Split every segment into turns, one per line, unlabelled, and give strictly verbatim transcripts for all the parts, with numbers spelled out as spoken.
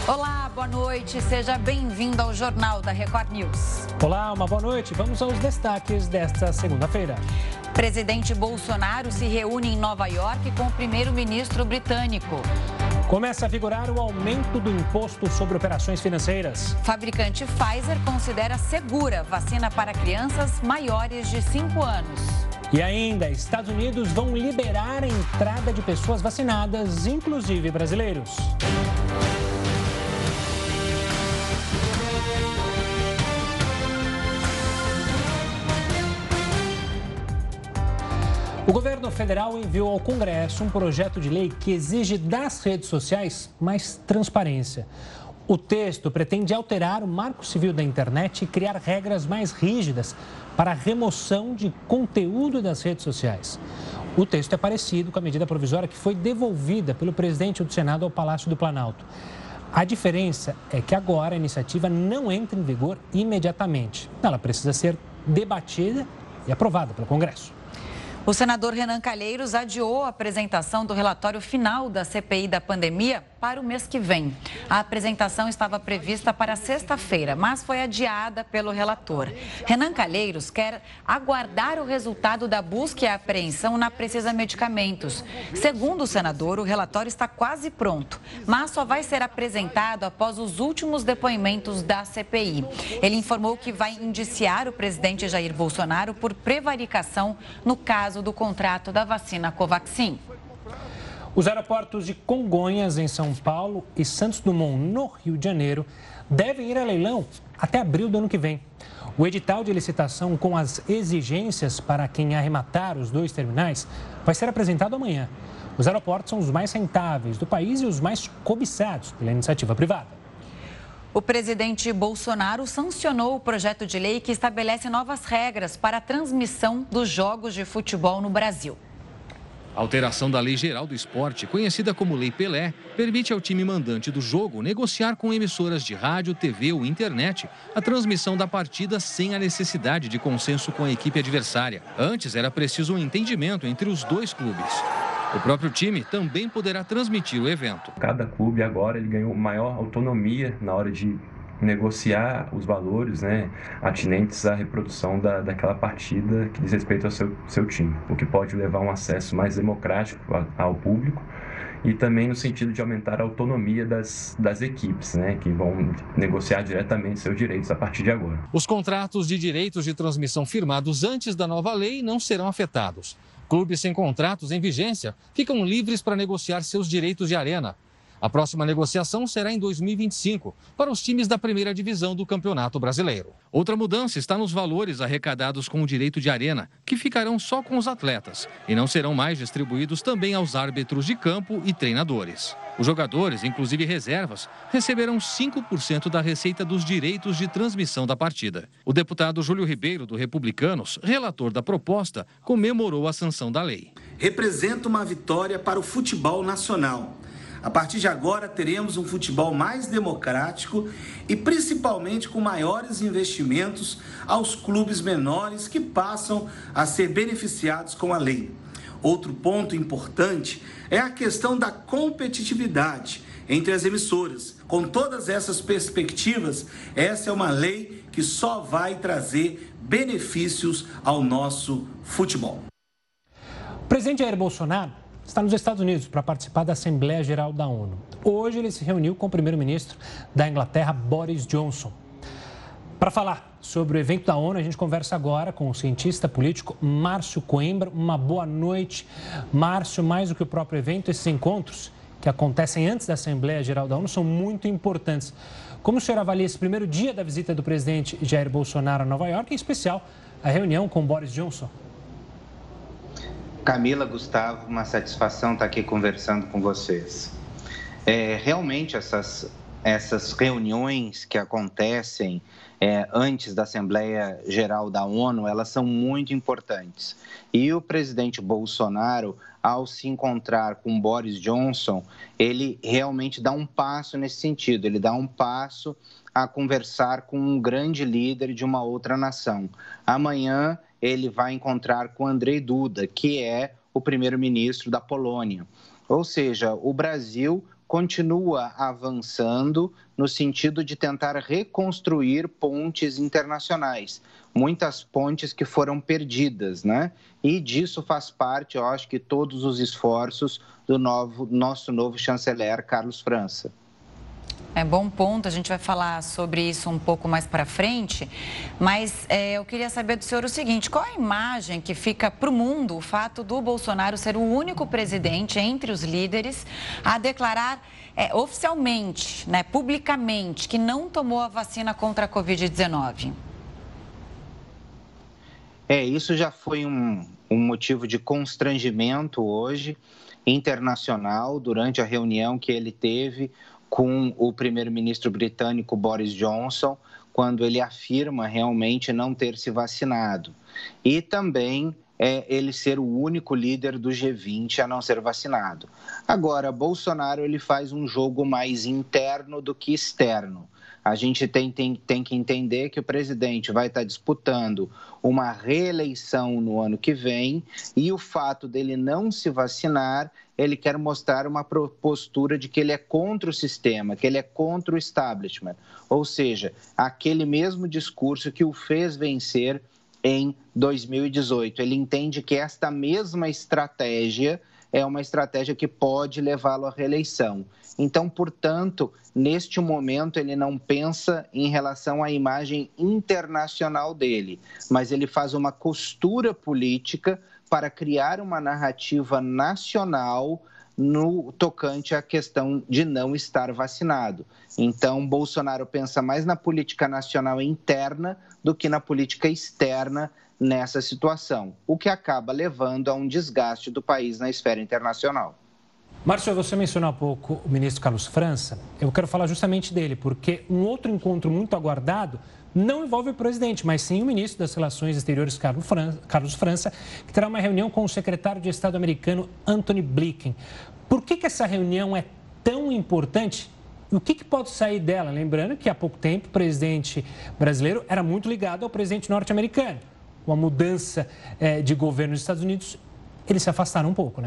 Olá, boa noite. Seja bem-vindo ao Jornal da Record News.
Olá, uma boa noite. Vamos aos destaques desta segunda-feira.
Presidente Bolsonaro se reúne em Nova York com o primeiro-ministro britânico.
Começa a vigorar o aumento do imposto sobre operações financeiras.
Fabricante Pfizer considera segura vacina para crianças maiores de cinco anos.
E ainda, Estados Unidos vão liberar a entrada de pessoas vacinadas, inclusive brasileiros. O governo federal enviou ao Congresso um projeto de lei que exige das redes sociais mais transparência. O texto pretende alterar o Marco Civil da Internet e criar regras mais rígidas para a remoção de conteúdo das redes sociais. O texto é parecido com a medida provisória que foi devolvida pelo presidente do Senado ao Palácio do Planalto. A diferença é que agora a iniciativa não entra em vigor imediatamente. Ela precisa ser debatida e aprovada pelo Congresso.
O senador Renan Calheiros adiou a apresentação do relatório final da C P I da pandemia para o mês que vem. A apresentação estava prevista para sexta-feira, mas foi adiada pelo relator. Renan Calheiros quer aguardar o resultado da busca e apreensão na Precisa Medicamentos. Segundo o senador, o relatório está quase pronto, mas só vai ser apresentado após os últimos depoimentos da C P I. Ele informou que vai indiciar o presidente Jair Bolsonaro por prevaricação no caso do contrato da vacina Covaxin.
Os aeroportos de Congonhas, em São Paulo, e Santos Dumont, no Rio de Janeiro, devem ir a leilão até abril do ano que vem. O edital de licitação com as exigências para quem arrematar os dois terminais vai ser apresentado amanhã. Os aeroportos são os mais rentáveis do país e os mais cobiçados pela iniciativa privada.
O presidente Bolsonaro sancionou o projeto de lei que estabelece novas regras para a transmissão dos jogos de futebol no Brasil.
A alteração da Lei Geral do Esporte, conhecida como Lei Pelé, permite ao time mandante do jogo negociar com emissoras de rádio, T V ou internet a transmissão da partida sem a necessidade de consenso com a equipe adversária. Antes era preciso um entendimento entre os dois clubes. O próprio time também poderá transmitir o evento.
Cada clube agora ele ganhou maior autonomia na hora de negociar os valores, né, atinentes à reprodução da, daquela partida que diz respeito ao seu, seu time, o que pode levar a um acesso mais democrático ao público e também no sentido de aumentar a autonomia das, das equipes, né, que vão negociar diretamente seus direitos a partir de agora.
Os contratos de direitos de transmissão firmados antes da nova lei não serão afetados. Clubes sem contratos em vigência ficam livres para negociar seus direitos de arena. A próxima negociação será em dois mil e vinte e cinco, para os times da primeira divisão do Campeonato Brasileiro. Outra mudança está nos valores arrecadados com o direito de arena, que ficarão só com os atletas e não serão mais distribuídos também aos árbitros de campo e treinadores. Os jogadores, inclusive reservas, receberão cinco por cento da receita dos direitos de transmissão da partida. O deputado Júlio Ribeiro, do Republicanos, relator da proposta, comemorou a sanção da lei.
Representa uma vitória para o futebol nacional. A partir de agora, teremos um futebol mais democrático e principalmente com maiores investimentos aos clubes menores que passam a ser beneficiados com a lei. Outro ponto importante é a questão da competitividade entre as emissoras. Com todas essas perspectivas, essa é uma lei que só vai trazer benefícios ao nosso futebol.
O presidente Jair Bolsonaro está nos Estados Unidos para participar da Assembleia Geral da ONU. Hoje ele se reuniu com o primeiro-ministro da Inglaterra, Boris Johnson. Para falar sobre o evento da ONU, a gente conversa agora com o cientista político Márcio Coimbra. Uma boa noite. Márcio, mais do que o próprio evento, esses encontros que acontecem antes da Assembleia Geral da ONU são muito importantes. Como o senhor avalia esse primeiro dia da visita do presidente Jair Bolsonaro a Nova York, em especial a reunião com Boris Johnson?
Camila, Gustavo, uma satisfação estar aqui conversando com vocês. É, realmente, essas, essas reuniões que acontecem é, antes da Assembleia Geral da ONU, elas são muito importantes. E o presidente Bolsonaro, ao se encontrar com Boris Johnson, ele realmente dá um passo nesse sentido, ele dá um passo a conversar com um grande líder de uma outra nação. Amanhã, ele vai encontrar com Andrzej Duda, que é o primeiro-ministro da Polônia. Ou seja, o Brasil continua avançando no sentido de tentar reconstruir pontes internacionais, muitas pontes que foram perdidas, né? E disso faz parte, eu acho que todos os esforços do novo, nosso novo chanceler, Carlos França.
É bom ponto, a gente vai falar sobre isso um pouco mais para frente, mas é, eu queria saber do senhor o seguinte, qual a imagem que fica para o mundo o fato do Bolsonaro ser o único presidente entre os líderes a declarar é, oficialmente, né, publicamente, que não tomou a vacina contra a covid dezenove?
É, isso já foi um, um motivo de constrangimento hoje, internacional, durante a reunião que ele teve com o primeiro-ministro britânico Boris Johnson, quando ele afirma realmente não ter se vacinado. E também é, ele ser o único líder do G vinte a não ser vacinado. Agora, Bolsonaro ele faz um jogo mais interno do que externo. A gente tem, tem, tem que entender que o presidente vai estar disputando uma reeleição no ano que vem e o fato dele não se vacinar, ele quer mostrar uma postura de que ele é contra o sistema, que ele é contra o establishment. Ou seja, aquele mesmo discurso que o fez vencer em dois mil e dezoito. Ele entende que esta mesma estratégia é uma estratégia que pode levá-lo à reeleição. Então, portanto, neste momento, ele não pensa em relação à imagem internacional dele, mas ele faz uma costura política para criar uma narrativa nacional no tocante à questão de não estar vacinado. Então, Bolsonaro pensa mais na política nacional interna do que na política externa nessa situação, o que acaba levando a um desgaste do país na esfera internacional.
Márcio, você mencionou há pouco o ministro Carlos França. Eu quero falar justamente dele, porque um outro encontro muito aguardado não envolve o presidente, mas sim o ministro das Relações Exteriores, Carlos França, que terá uma reunião com o secretário de Estado americano, Antony Blinken. Por que que essa reunião é tão importante? E o que que pode sair dela? Lembrando que há pouco tempo o presidente brasileiro era muito ligado ao presidente norte-americano. Com a mudança eh, de governo nos Estados Unidos, eles se afastaram um pouco, né?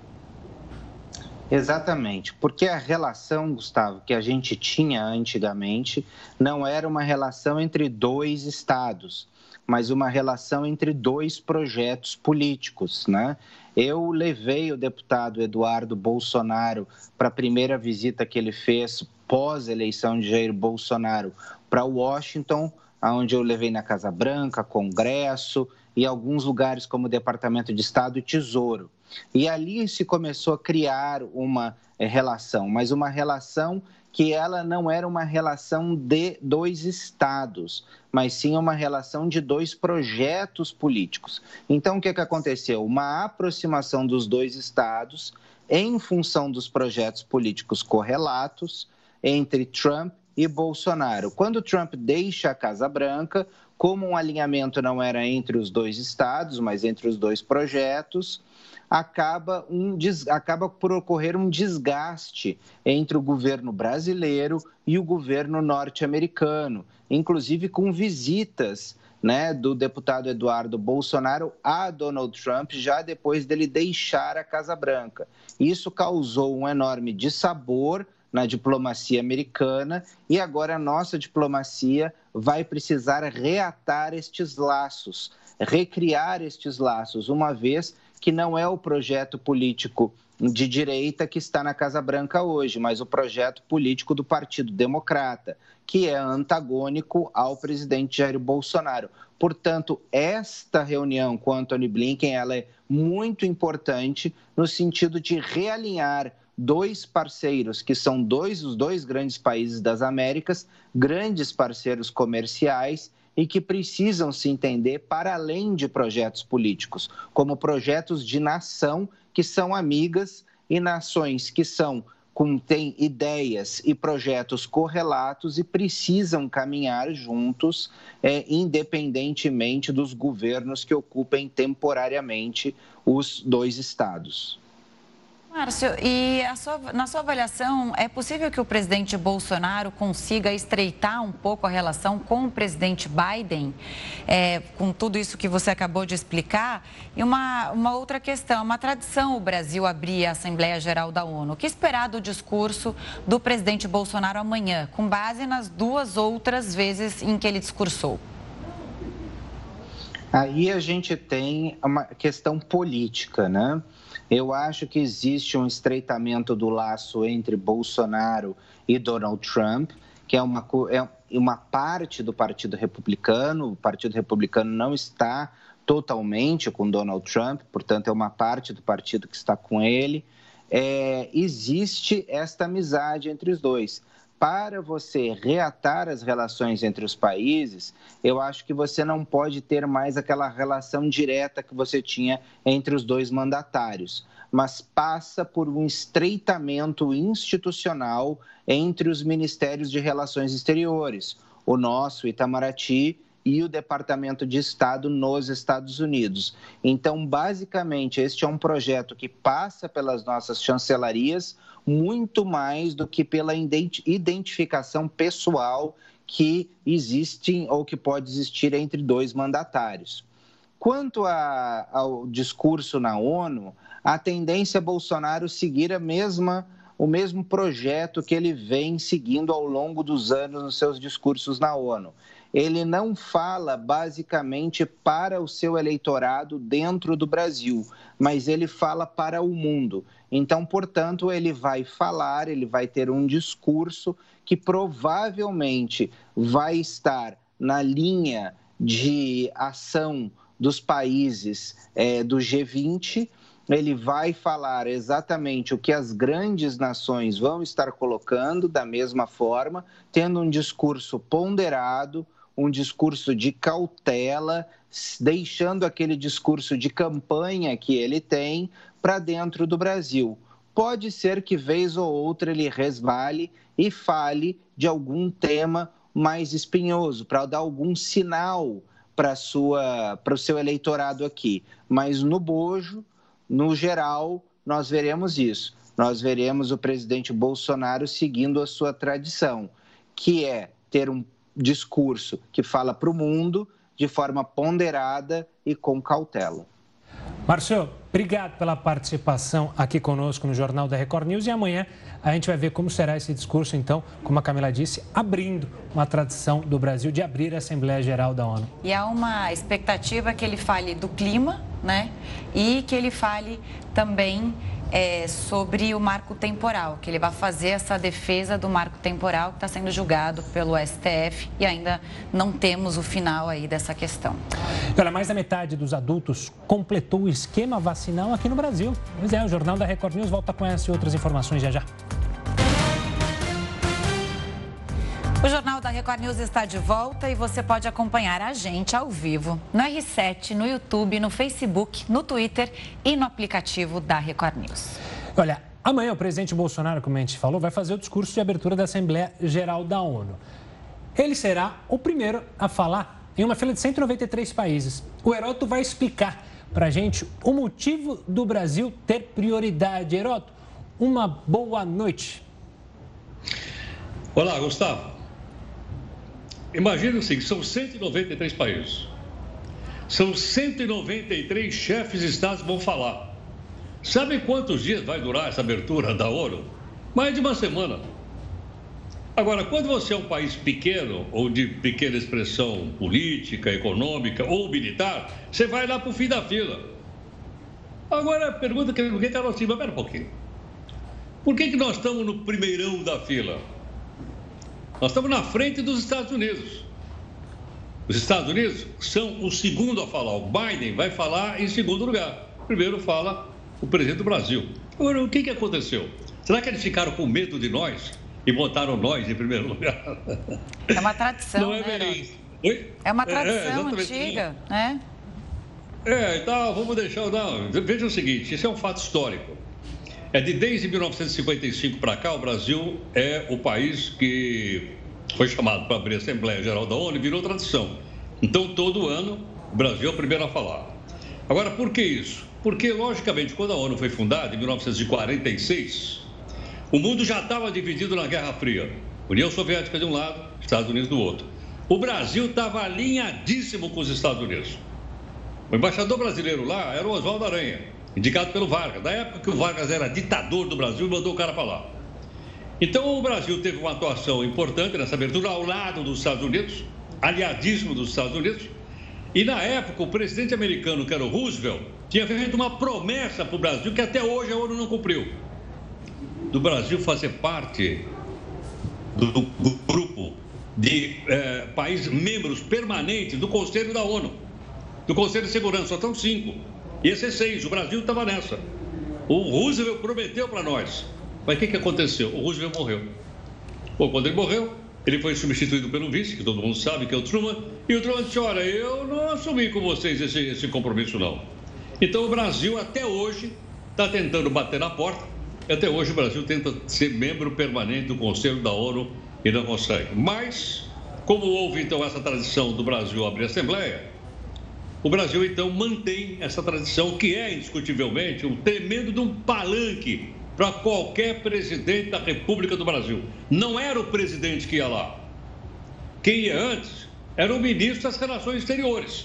Exatamente, porque a relação, Gustavo, que a gente tinha antigamente não era uma relação entre dois estados, mas uma relação entre dois projetos políticos, né? Eu levei o deputado Eduardo Bolsonaro para a primeira visita que ele fez pós-eleição de Jair Bolsonaro para Washington, onde eu levei na Casa Branca, Congresso e alguns lugares como o Departamento de Estado e Tesouro. E ali se começou a criar uma é, relação, mas uma relação que ela não era uma relação de dois estados, mas sim uma relação de dois projetos políticos. Então, o que que aconteceu? Uma aproximação dos dois estados em função dos projetos políticos correlatos entre Trump e Bolsonaro. Quando Trump deixa a Casa Branca, como um alinhamento não era entre os dois estados, mas entre os dois projetos, acaba, um, acaba por ocorrer um desgaste entre o governo brasileiro e o governo norte-americano, inclusive com visitas, né, do deputado Eduardo Bolsonaro a Donald Trump, já depois dele deixar a Casa Branca. Isso causou um enorme dissabor na diplomacia americana e agora a nossa diplomacia vai precisar reatar estes laços, recriar estes laços, uma vez que não é o projeto político de direita que está na Casa Branca hoje, mas o projeto político do Partido Democrata, que é antagônico ao presidente Jair Bolsonaro. Portanto, esta reunião com Antony Blinken ela é muito importante no sentido de realinhar dois parceiros, que são dois, os dois grandes países das Américas, grandes parceiros comerciais e que precisam se entender para além de projetos políticos, como projetos de nação que são amigas e nações que são, têm ideias e projetos correlatos e precisam caminhar juntos, é, independentemente dos governos que ocupem temporariamente os dois estados.
Márcio, e a sua, na sua avaliação, é possível que o presidente Bolsonaro consiga estreitar um pouco a relação com o presidente Biden, é, com tudo isso que você acabou de explicar? E uma, uma outra questão, uma tradição o Brasil abrir a Assembleia Geral da ONU. O que esperar do discurso do presidente Bolsonaro amanhã, com base nas duas outras vezes em que ele discursou?
Aí a gente tem uma questão política, né? Eu acho que existe um estreitamento do laço entre Bolsonaro e Donald Trump, que é uma, é uma parte do Partido Republicano. O Partido Republicano não está totalmente com Donald Trump, portanto, é uma parte do partido que está com ele. É, existe esta amizade entre os dois. Para você reatar as relações entre os países, eu acho que você não pode ter mais aquela relação direta que você tinha entre os dois mandatários, mas passa por um estreitamento institucional entre os ministérios de Relações Exteriores, o nosso, Itamaraty, e o Departamento de Estado nos Estados Unidos. Então, basicamente, este é um projeto que passa pelas nossas chancelarias, muito mais do que pela identificação pessoal que existe ou que pode existir entre dois mandatários. Quanto a, ao discurso na ONU, a tendência é Bolsonaro seguir a mesma, o mesmo projeto que ele vem seguindo ao longo dos anos nos seus discursos na ONU. Ele não fala basicamente para o seu eleitorado dentro do Brasil, mas ele fala para o mundo. Então, portanto, ele vai falar, ele vai ter um discurso que provavelmente vai estar na linha de ação dos países é, do G vinte. Ele vai falar exatamente o que as grandes nações vão estar colocando da mesma forma, tendo um discurso ponderado, um discurso de cautela, deixando aquele discurso de campanha que ele tem para dentro do Brasil. Pode ser que, vez ou outra, ele resvale e fale de algum tema mais espinhoso, para dar algum sinal para o seu eleitorado aqui. Mas, no bojo, no geral, nós veremos isso. Nós veremos o presidente Bolsonaro seguindo a sua tradição, que é ter um discurso que fala para o mundo de forma ponderada e com cautela.
Márcio, obrigado pela participação aqui conosco no Jornal da Record News. E amanhã a gente vai ver como será esse discurso, então, como a Camila disse, abrindo uma tradição do Brasil de abrir a Assembleia Geral da ONU.
E há uma expectativa que ele fale do clima, né? E que ele fale também é, sobre o marco temporal, que ele vai fazer essa defesa do marco temporal que está sendo julgado pelo S T F e ainda não temos o final aí dessa questão.
Olha, mais da metade dos adultos completou o esquema vacinal aqui no Brasil. Pois é, o Jornal da Record News volta com essas e outras informações já já.
O Jornal da Record News está de volta e você pode acompanhar a gente ao vivo no R sete, no YouTube, no Facebook, no Twitter e no aplicativo da Record News.
Olha, amanhã o presidente Bolsonaro, como a gente falou, vai fazer o discurso de abertura da Assembleia Geral da ONU. Ele será o primeiro a falar em uma fila de cento e noventa e três países. O Heródoto vai explicar para a gente o motivo do Brasil ter prioridade. Heródoto, uma boa noite.
Olá, Gustavo. Imagina o seguinte, são cento e noventa e três países. São cento e noventa e três chefes de Estado que vão falar. Sabem quantos dias vai durar essa abertura da ONU? Mais de uma semana. Agora, quando você é um país pequeno, ou de pequena expressão política, econômica ou militar, você vai lá para o fim da fila. Agora, a pergunta que ninguém está assim, mas pera um pouquinho. Por que que nós estamos no primeirão da fila? Nós estamos na frente dos Estados Unidos. Os Estados Unidos são o segundo a falar. O Biden vai falar em segundo lugar. Primeiro fala o presidente do Brasil. Agora, o que que aconteceu? Será que eles ficaram com medo de nós e botaram nós em primeiro lugar?
É uma tradição,
Não é
né,
bem isso. Oi?
É uma tradição
é,
antiga, né?
É, então vamos deixar... Não, veja o seguinte, isso é um fato histórico. É de desde mil novecentos e cinquenta e cinco para cá, o Brasil é o país que foi chamado para abrir a Assembleia Geral da ONU e virou tradição. Então, todo ano, o Brasil é o primeiro a falar. Agora, por que isso? Porque, logicamente, quando a ONU foi fundada, em mil novecentos e quarenta e seis, o mundo já estava dividido na Guerra Fria. União Soviética de um lado, Estados Unidos do outro. O Brasil estava alinhadíssimo com os Estados Unidos. O embaixador brasileiro lá era o Oswaldo Aranha, indicado pelo Vargas. Da época que o Vargas era ditador do Brasil e mandou o cara para lá. Então, o Brasil teve uma atuação importante nessa abertura ao lado dos Estados Unidos, aliadíssimo dos Estados Unidos. E, na época, o presidente americano, que era o Roosevelt, tinha feito uma promessa para o Brasil que até hoje a ONU não cumpriu. Do Brasil fazer parte do, do grupo de eh, países membros permanentes do Conselho da ONU, do Conselho de Segurança, só estão cinco. E esses seis, o Brasil estava nessa. O Roosevelt prometeu para nós. Mas o que, que aconteceu? O Roosevelt morreu. Bom, quando ele morreu, ele foi substituído pelo vice, que todo mundo sabe que é o Truman, e o Truman disse, olha, eu não assumi com vocês esse, esse compromisso, não. Então, o Brasil, até hoje, está tentando bater na porta, e até hoje o Brasil tenta ser membro permanente do Conselho da ONU e não consegue. Mas, como houve, então, essa tradição do Brasil abrir a Assembleia, o Brasil, então, mantém essa tradição, que é, indiscutivelmente, um tremendo de um palanque para qualquer presidente da República do Brasil. Não era o presidente que ia lá. Quem ia antes era o ministro das Relações Exteriores.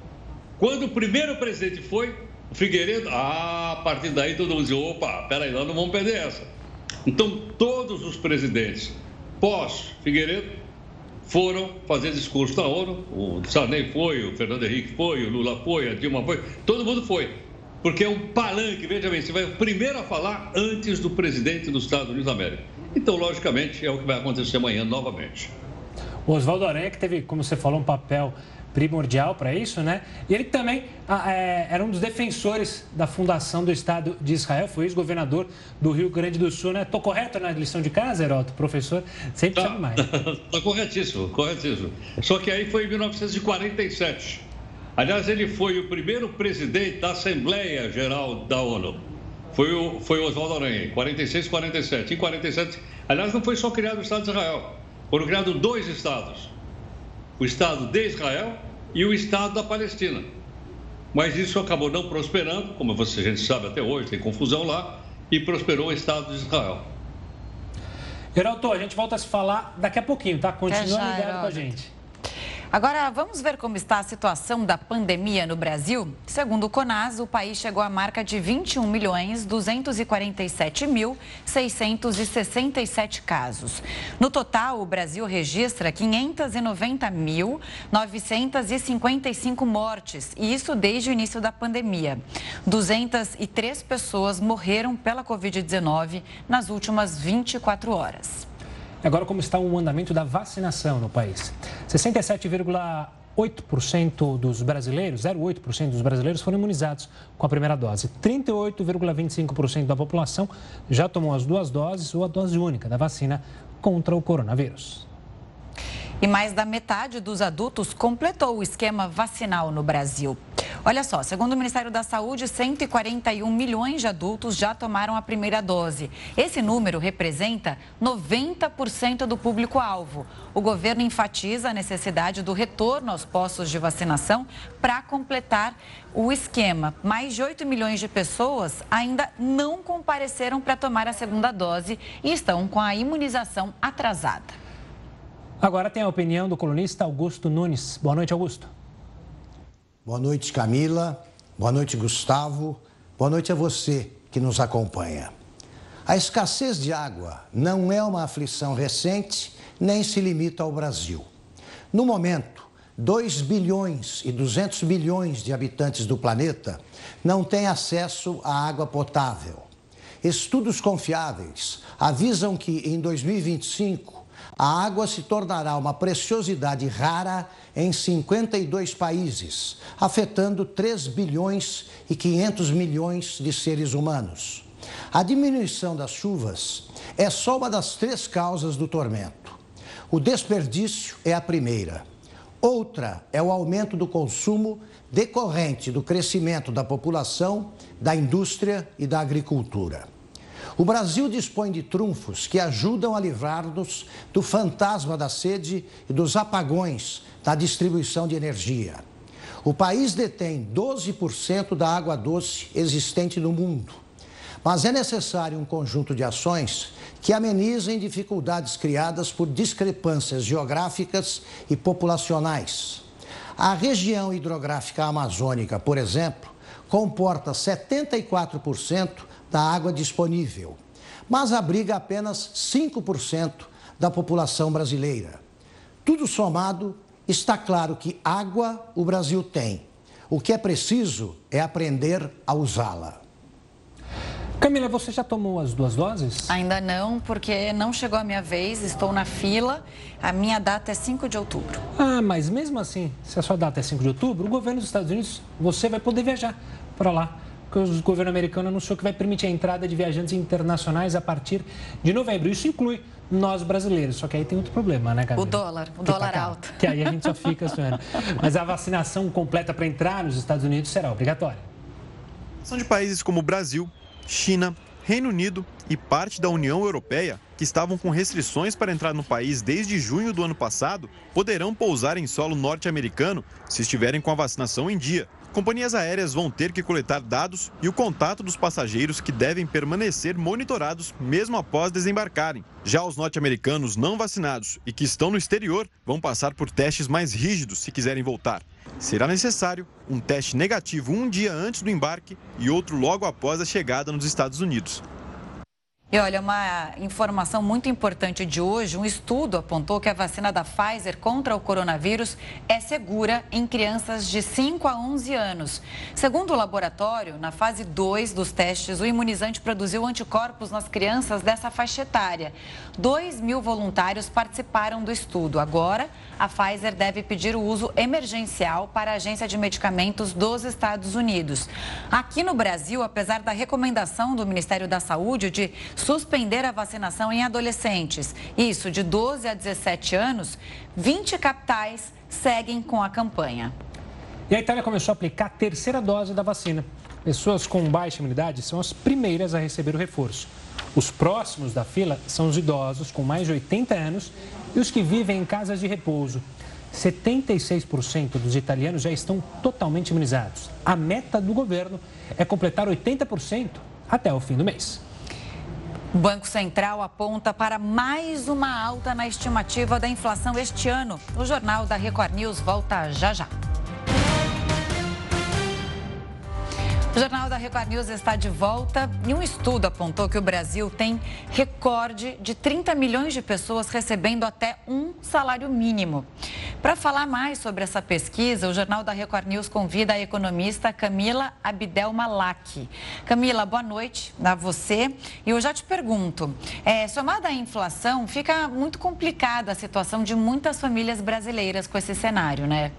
Quando o primeiro presidente foi, o Figueiredo, ah, a partir daí todo mundo dizia, opa, peraí, nós não vamos perder essa. Então, todos os presidentes pós-Figueiredo foram fazer discurso na ONU. O Sarney foi, o Fernando Henrique foi, o Lula foi, a Dilma foi, todo mundo foi. Porque é um palanque, veja bem, você vai primeiro a falar antes do presidente dos Estados Unidos da América. Então, logicamente, é o que vai acontecer amanhã novamente.
O Oswaldo Aranha, que teve, como você falou, um papel primordial para isso, né? E ele também ah, é, era um dos defensores da fundação do Estado de Israel, foi ex-governador do Rio Grande do Sul, né? Estou correto na lição de casa, Heroto? Professor sempre
tá,
sabe mais.
Está corretíssimo, corretíssimo. Só que aí foi em mil novecentos e quarenta e sete. Aliás, ele foi o primeiro presidente da Assembleia Geral da ONU. Foi o, foi o Oswaldo Aranha, quarenta e seis, quarenta e sete. Em quarenta e sete, aliás, não foi só criado o Estado de Israel. Foram criados dois estados. O Estado de Israel e o Estado da Palestina. Mas isso acabou não prosperando, como você, a gente sabe até hoje, tem confusão lá, e prosperou o Estado de Israel.
Geraldo, a gente volta a se falar daqui a pouquinho, tá? Continua
já,
ligado
Heródoto.
com a gente.
Agora, vamos ver como está a situação da pandemia no Brasil? Segundo o CONAS, o país chegou à marca de vinte e um milhões, duzentos e quarenta e sete mil, seiscentos e sessenta e sete casos. No total, o Brasil registra quinhentos e noventa mil, novecentos e cinquenta e cinco mortes, e isso desde o início da pandemia. duzentas e três pessoas morreram pela covid dezenove nas últimas vinte e quatro horas.
Agora, como está o andamento da vacinação no país? sessenta e sete vírgula oito por cento dos brasileiros, zero vírgula oito por cento dos brasileiros foram imunizados com a primeira dose. trinta e oito vírgula vinte e cinco por cento da população já tomou as duas doses ou a dose única da vacina contra o coronavírus.
E mais da metade dos adultos completou o esquema vacinal no Brasil. Olha só, segundo o Ministério da Saúde, cento e quarenta e um milhões de adultos já tomaram a primeira dose. Esse número representa noventa por cento do público-alvo. O governo enfatiza a necessidade do retorno aos postos de vacinação para completar o esquema. Mais de oito milhões de pessoas ainda não compareceram para tomar a segunda dose e estão com a imunização atrasada.
Agora tem a opinião do colunista Augusto Nunes. Boa noite, Augusto.
Boa noite, Camila. Boa noite, Gustavo. Boa noite a você que nos acompanha. A escassez de água não é uma aflição recente, nem se limita ao Brasil. No momento, dois bilhões e duzentos bilhões de habitantes do planeta não têm acesso à água potável. Estudos confiáveis avisam que em dois mil e vinte e cinco, a água se tornará uma preciosidade rara em cinquenta e dois países, afetando três bilhões e quinhentos milhões de seres humanos. A diminuição das chuvas é só uma das três causas do tormento. O desperdício é a primeira. Outra é o aumento do consumo decorrente do crescimento da população, da indústria e da agricultura. O Brasil dispõe de trunfos que ajudam a livrar-nos do fantasma da sede e dos apagões na distribuição de energia. O país detém doze por cento da água doce existente no mundo. Mas é necessário um conjunto de ações que amenizem dificuldades criadas por discrepâncias geográficas e populacionais. A região hidrográfica amazônica, por exemplo, comporta setenta e quatro por cento da água disponível, mas abriga apenas cinco por cento da população brasileira. Tudo somado, está claro que água o Brasil tem. O que é preciso é aprender a usá-la.
Camila, você já tomou as duas doses?
Ainda não, porque não chegou a minha vez, estou na fila. A minha data é cinco de outubro.
Ah, mas mesmo assim, se a sua data é cinco de outubro, o governo dos Estados Unidos, você vai poder viajar para lá. Porque o governo americano anunciou que vai permitir a entrada de viajantes internacionais a partir de novembro. Isso inclui nós brasileiros, só que aí tem outro problema, né, Camila?
O dólar, o
que
dólar
tá
alto.
Que aí a gente só fica sonhando. Mas a vacinação completa para entrar nos Estados Unidos será obrigatória.
São de países como Brasil, China, Reino Unido e parte da União Europeia, que estavam com restrições para entrar no país desde junho do ano passado, poderão pousar em solo norte-americano se estiverem com a vacinação em dia. Companhias aéreas vão ter que coletar dados e o contato dos passageiros que devem permanecer monitorados mesmo após desembarcarem. Já os norte-americanos não vacinados e que estão no exterior vão passar por testes mais rígidos se quiserem voltar. Será necessário um teste negativo um dia antes do embarque e outro logo após a chegada nos Estados Unidos.
E olha, uma informação muito importante de hoje, um estudo apontou que a vacina da Pfizer contra o coronavírus é segura em crianças de cinco a onze anos. Segundo o laboratório, na fase dois dos testes, o imunizante produziu anticorpos nas crianças dessa faixa etária. Dois mil voluntários participaram do estudo. Agora, a Pfizer deve pedir o uso emergencial para a Agência de Medicamentos dos Estados Unidos. Aqui no Brasil, apesar da recomendação do Ministério da Saúde de suspender a vacinação em adolescentes, isso de doze a dezessete anos, vinte capitais seguem com a campanha.
E a Itália começou a aplicar a terceira dose da vacina. Pessoas com baixa imunidade são as primeiras a receber o reforço. Os próximos da fila são os idosos com mais de oitenta anos e os que vivem em casas de repouso. setenta e seis por cento dos italianos já estão totalmente imunizados. A meta do governo é completar oitenta por cento até o fim do mês.
O Banco Central aponta para mais uma alta na estimativa da inflação este ano. O Jornal da Record News volta já já. O Jornal da Record News está de volta e um estudo apontou que o Brasil tem recorde de trinta milhões de pessoas recebendo até um salário mínimo. Para falar mais sobre essa pesquisa, o Jornal da Record News convida a economista Camila Abdel Malak. Camila, boa noite a você. E eu já te pergunto, é, somada à inflação, fica muito complicada a situação de muitas famílias brasileiras com esse cenário, né?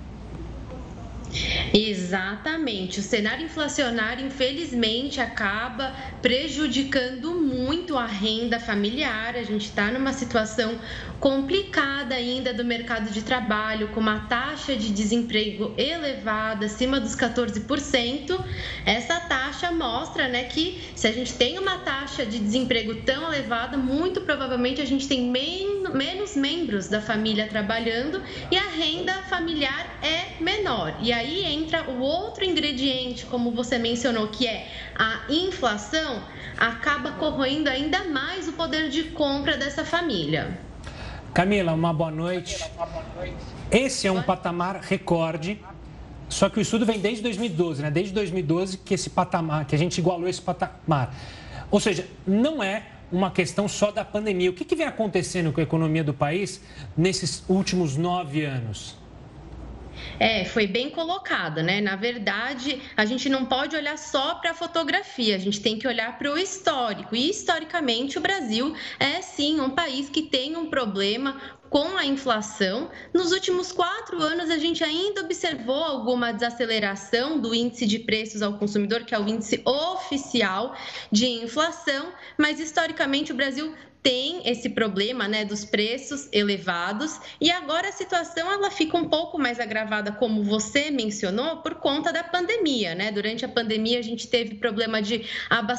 Exatamente. O cenário inflacionário, infelizmente, acaba prejudicando muito a renda familiar. A gente está numa situação complicada ainda do mercado de trabalho, com uma taxa de desemprego elevada, acima dos quatorze por cento. Essa taxa mostra, né, que se a gente tem uma taxa de desemprego tão elevada, muito provavelmente a gente tem men- menos membros da família trabalhando e a renda familiar é menor. E aí entra o outro ingrediente, como você mencionou, que é a inflação, acaba corroendo ainda mais o poder de compra dessa família.
Camila, uma boa noite. Esse é um patamar recorde, só que o estudo vem desde dois mil e doze, né? Desde dois mil e doze que esse patamar, que a gente igualou esse patamar. Ou seja, não é uma questão só da pandemia. O que, que vem acontecendo com a economia do país nesses últimos nove anos?
É, foi bem colocado, né? Na verdade, a gente não pode olhar só para a fotografia, a gente tem que olhar para o histórico. E, historicamente, o Brasil é, sim, um país que tem um problema com a inflação. Nos últimos quatro anos, a gente ainda observou alguma desaceleração do índice de preços ao consumidor, que é o índice oficial de inflação, mas, historicamente, o Brasil tem esse problema, né, dos preços elevados, e agora a situação ela fica um pouco mais agravada, como você mencionou, por conta da pandemia, né? Durante a pandemia a gente teve problema de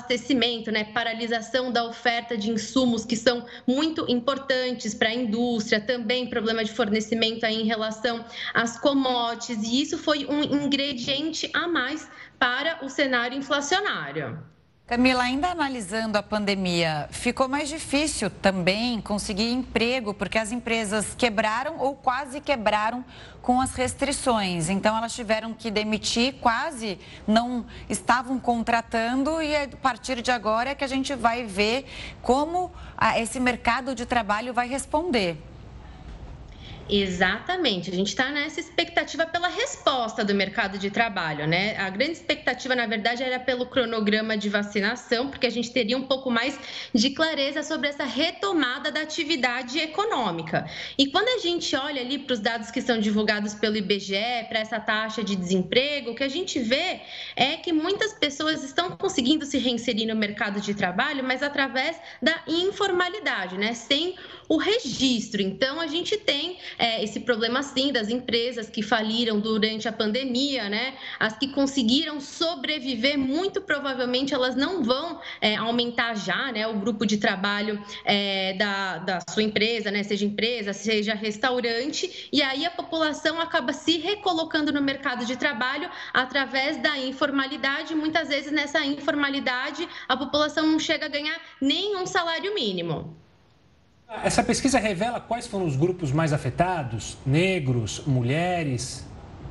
abastecimento, né, paralisação da oferta de insumos que são muito importantes para a indústria, indústria, também problema de fornecimento aí em relação às commodities, e isso foi um ingrediente a mais para o cenário inflacionário.
Camila, ainda analisando a pandemia, ficou mais difícil também conseguir emprego, porque as empresas quebraram ou quase quebraram com as restrições. Então, elas tiveram que demitir, quase não estavam contratando, e a partir de agora é que a gente vai ver como esse mercado de trabalho vai responder.
Exatamente, a gente está nessa expectativa pela resposta do mercado de trabalho, né? A grande expectativa, na verdade, era pelo cronograma de vacinação, porque a gente teria um pouco mais de clareza sobre essa retomada da atividade econômica. E quando a gente olha ali para os dados que são divulgados pelo I B G E, para essa taxa de desemprego, o que a gente vê é que muitas pessoas estão conseguindo se reinserir no mercado de trabalho, mas através da informalidade, né? Sem o registro. Então, a gente tem é, esse problema, sim, das empresas que faliram durante a pandemia, né? As que conseguiram sobreviver, muito provavelmente elas não vão é, aumentar já, né, o grupo de trabalho é, da, da sua empresa, né? Seja empresa, seja restaurante, e aí a população acaba se recolocando no mercado de trabalho através da informalidade. Muitas vezes, nessa informalidade, a população não chega a ganhar nem um salário mínimo.
Essa pesquisa revela quais foram os grupos mais afetados? Negros, mulheres?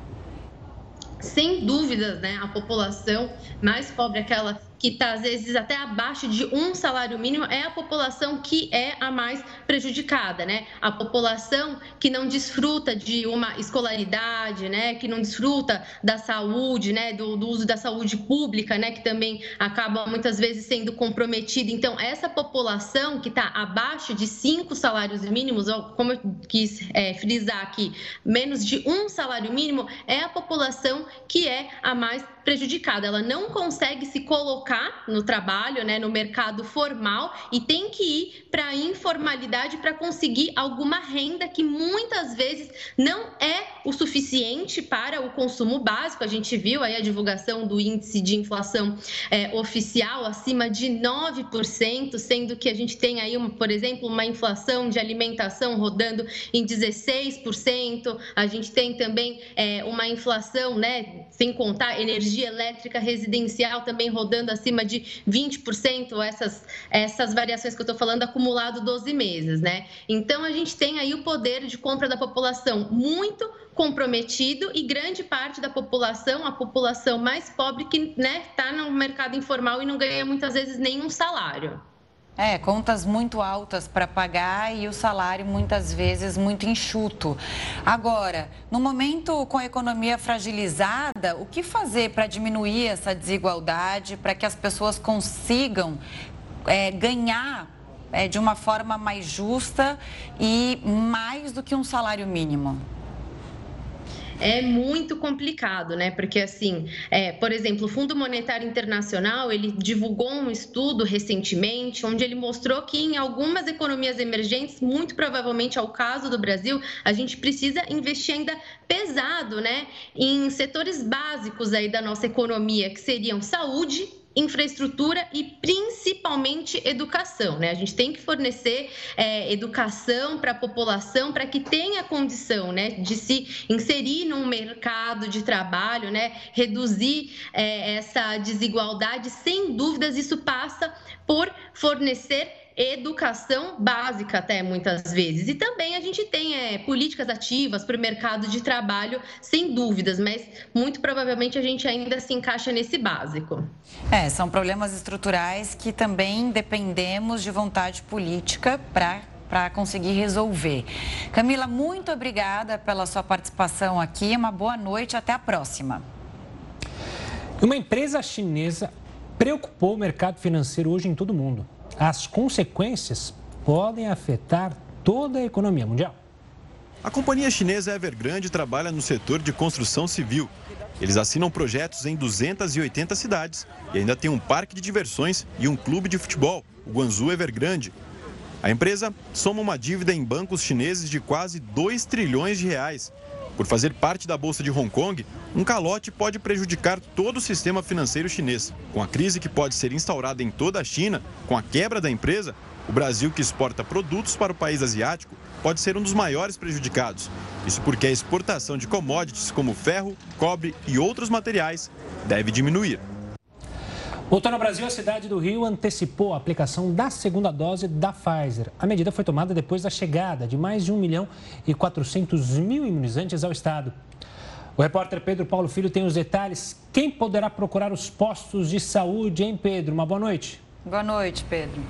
Sem dúvidas, né? A população mais pobre, aquela que está, às vezes, até abaixo de um salário mínimo, é a população que é a mais prejudicada, né? A população que não desfruta de uma escolaridade, né? Que não desfruta da saúde, né? Do, do uso da saúde pública, né? Que também acaba, muitas vezes, sendo comprometida. Então, essa população que está abaixo de cinco salários mínimos, ou como eu quis é, frisar aqui, menos de um salário mínimo, é a população que é a mais prejudicada. Ela não consegue se colocar no trabalho, né, no mercado formal, e tem que ir para a informalidade para conseguir alguma renda que muitas vezes não é o suficiente para o consumo básico. A gente viu aí a divulgação do índice de inflação é, oficial acima de nove por cento, sendo que a gente tem aí, uma, por exemplo, uma inflação de alimentação rodando em dezesseis por cento. A gente tem também é, uma inflação, né, sem contar energia elétrica residencial também rodando acima de vinte por cento, essas, essas variações que eu estou falando acumulado doze meses, né? Então, a gente tem aí o poder de compra da população muito comprometido, e grande parte da população, a população mais pobre, que, né, está no mercado informal e não ganha muitas vezes nenhum salário.
É, contas muito altas para pagar e o salário muitas vezes muito enxuto. Agora, no momento com a economia fragilizada, o que fazer para diminuir essa desigualdade, para que as pessoas consigam é, ganhar é, de uma forma mais justa e mais do que um salário mínimo?
É muito complicado, né? Porque, assim, é, por exemplo, o Fundo Monetário Internacional, ele divulgou um estudo recentemente, onde ele mostrou que em algumas economias emergentes, muito provavelmente é o caso do Brasil, a gente precisa investir ainda pesado, né, em setores básicos aí da nossa economia, que seriam saúde, infraestrutura e principalmente educação, né? A gente tem que fornecer é, educação para a população para que tenha condição, né, de se inserir num mercado de trabalho, né? Reduzir é, essa desigualdade. Sem dúvidas, isso passa por fornecer educação básica, até muitas vezes. E também a gente tem é, políticas ativas para o mercado de trabalho, sem dúvidas, mas muito provavelmente a gente ainda se encaixa nesse básico.
É, são problemas estruturais que também dependemos de vontade política para para conseguir resolver. Camila, muito obrigada pela sua participação aqui. Uma boa noite, até a próxima.
Uma empresa chinesa preocupou o mercado financeiro hoje em todo o mundo. As consequências podem afetar toda a economia mundial.
A companhia chinesa Evergrande trabalha no setor de construção civil. Eles assinam projetos em duzentas e oitenta cidades e ainda tem um parque de diversões e um clube de futebol, o Guangzhou Evergrande. A empresa soma uma dívida em bancos chineses de quase dois trilhões de reais. Por fazer parte da Bolsa de Hong Kong, um calote pode prejudicar todo o sistema financeiro chinês. Com a crise que pode ser instaurada em toda a China, com a quebra da empresa, O Brasil, que exporta produtos para o país asiático, pode ser um dos maiores prejudicados. Isso porque a exportação de commodities como ferro, cobre e outros materiais deve diminuir.
Voltando ao Brasil, a cidade do Rio antecipou a aplicação da segunda dose da Pfizer. A medida foi tomada depois da chegada de mais de um milhão e quatrocentos mil imunizantes ao estado. O repórter Pedro Paulo Filho tem os detalhes. Quem poderá procurar os postos de saúde, hein, Pedro? Uma boa noite.
Boa noite, Pedro.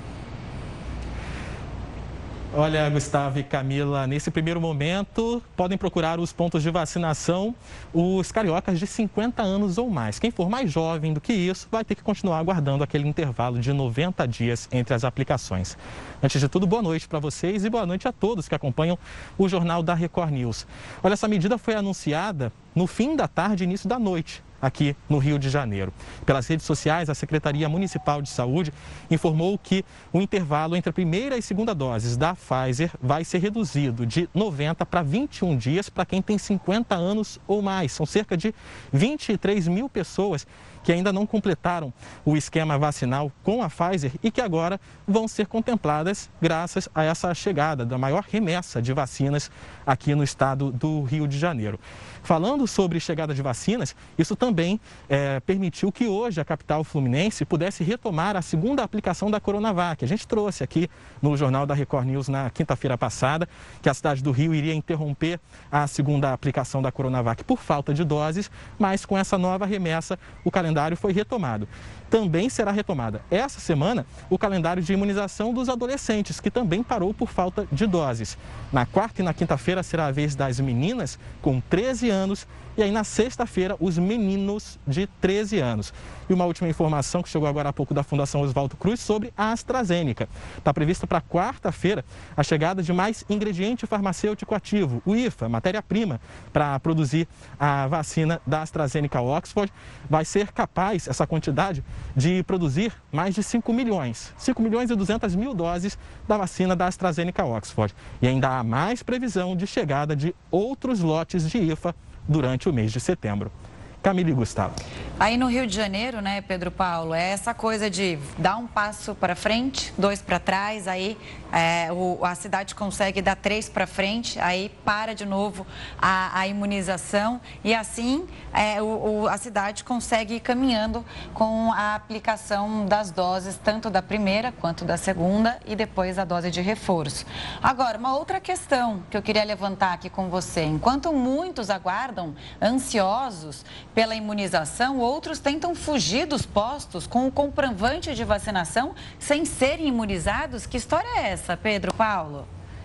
Olha, Gustavo e Camila, nesse primeiro momento, podem procurar os pontos de vacinação os cariocas de cinquenta anos ou mais. Quem for mais jovem do que isso vai ter que continuar aguardando aquele intervalo de noventa dias entre as aplicações. Antes de tudo, boa noite para vocês e boa noite a todos que acompanham o Jornal da Record News. Olha, essa medida foi anunciada no fim da tarde e início da noite, aqui no Rio de Janeiro. Pelas redes sociais, a Secretaria Municipal de Saúde informou que o intervalo entre a primeira e segunda doses da Pfizer vai ser reduzido de noventa para vinte e um dias para quem tem cinquenta anos ou mais. São cerca de vinte e três mil pessoas que ainda não completaram o esquema vacinal com a Pfizer e que agora vão ser contempladas graças a essa chegada da maior remessa de vacinas aqui no estado do Rio de Janeiro. Falando sobre chegada de vacinas, isso também é, permitiu que hoje a capital fluminense pudesse retomar a segunda aplicação da Coronavac. A gente trouxe aqui no Jornal da Record News na quinta-feira passada que a cidade do Rio iria interromper a segunda aplicação da Coronavac por falta de doses, mas com essa nova remessa o calendário foi retomado. Também será retomada essa semana o calendário de imunização dos adolescentes, que também parou por falta de doses. Na quarta e na quinta-feira será a vez das meninas com treze anos e aí na sexta-feira os meninos de treze anos. E uma última informação que chegou agora há pouco da Fundação Oswaldo Cruz sobre a AstraZeneca. Está prevista para quarta-feira a chegada de mais ingrediente farmacêutico ativo, o I F A, matéria-prima, para produzir a vacina da AstraZeneca Oxford. Vai ser capaz, essa quantidade, de produzir mais de cinco milhões, cinco milhões e duzentas mil doses da vacina da AstraZeneca Oxford. E ainda há mais previsão de chegada de outros lotes de I F A durante o mês de setembro. Camila e Gustavo.
Aí no Rio de Janeiro, né, Pedro Paulo, é essa coisa de dar um passo para frente, dois para trás, aí é, o, a cidade consegue dar três para frente, aí para de novo a, a imunização e assim é, o, o, a cidade consegue ir caminhando com a aplicação das doses, tanto da primeira quanto da segunda e depois a dose de reforço. Agora, uma outra questão que eu queria levantar aqui com você, enquanto muitos aguardam ansiosos pela imunização, outros tentam fugir dos postos com o comprovante de vacinação sem serem imunizados. Que história é essa, Pedro Paulo?